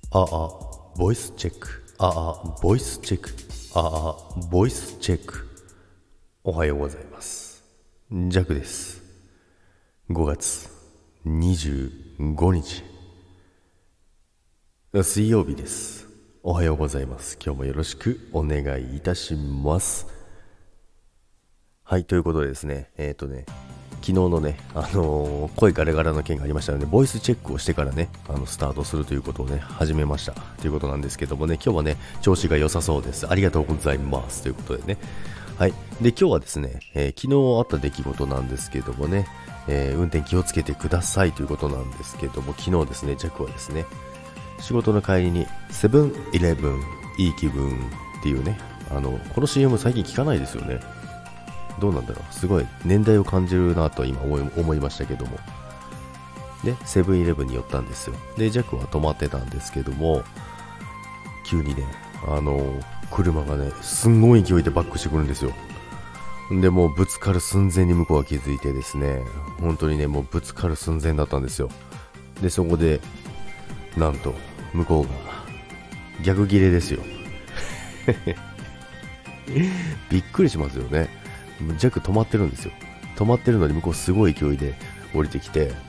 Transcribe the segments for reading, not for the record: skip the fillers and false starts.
ボイスチェック。ボイスチェック。ボイスチェック。おはようございます。ジャクです。5月25日。水曜日です。おはようございます。今日もよろしくお願いいたします。はい、ということでですね、昨日のね、声ガラガラの件がありましたので、ボイスチェックをしてからね、スタートするということをね、始めましたということなんですけどもね、今日はね、調子が良さそうです。ありがとうございますということでね。はい。で、今日はですね、昨日あった出来事なんですけどもね、運転気をつけてくださいということなんですけども、昨日ですね、ジャックはですね、仕事の帰りにセブンイレブンいい気分っていうね、この CM 最近聞かないですよね。どうなんだろう、すごい年代を感じるなと今思いましたけども、でセブンイレブンに寄ったんですよ。でジャックは止まってたんですけども、急にね車がねすんごい勢いでバックしてくるんですよ。でもうぶつかる寸前に向こうは気づいてですね、本当にねもうぶつかる寸前だったんですよ。でそこでなんと向こうが逆ギレですよびっくりしますよね。ジャック止まってるんですよ。止まってるのに向こうすごい勢いで降りてきて、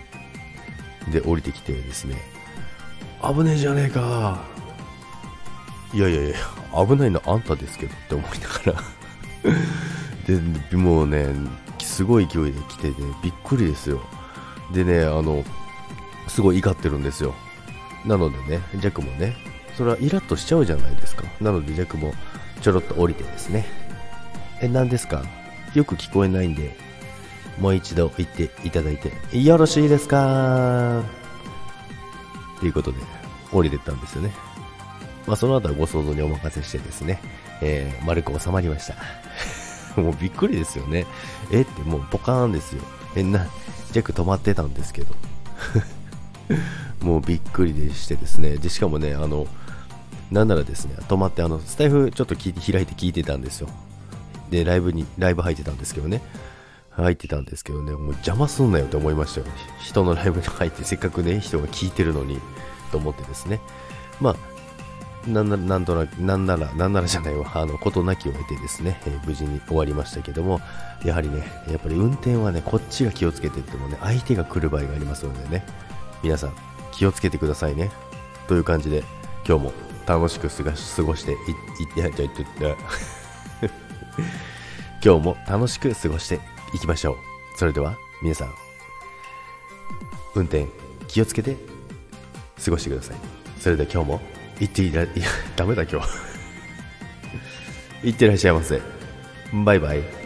ですね、危ねえじゃねえか、いや危ないのあんたですけどって思いながらでもうねすごい勢いで来てて、びっくりですよ。でねすごい怒ってるんですよ。なのでねジャックもねそれはイラッとしちゃうじゃないですか。なのでジャックもちょろっと降りてですね、何ですか、よく聞こえないんでもう一度言っていただいてよろしいですかということで降りてったんですよね。その後はご想像にお任せしてですね、丸く収まりましたもうびっくりですよね。ってもうポカーンですよ。ジャック止まってたんですけどもうびっくりでしてですね。でしかもねなんならですね、止まってスタイフちょっと開いて聞いてたんですよ。でライブ入ってたんですけどね、もう邪魔すんなよって思いましたよ。人のライブに入ってせっかくね人が聞いてるのにと思ってですね、なんならじゃないわ、ことなきを得てですね、無事に終わりましたけども、やっぱり運転はねこっちが気をつけてってもね相手が来る場合がありますのでね、皆さん気をつけてくださいねという感じで、今日も楽しく過ごして今日も楽しく過ごしていきましょう。それでは皆さん運転気をつけて過ごしてください。それでは今日もダメだ今日いってらっしゃいませ。バイバイ。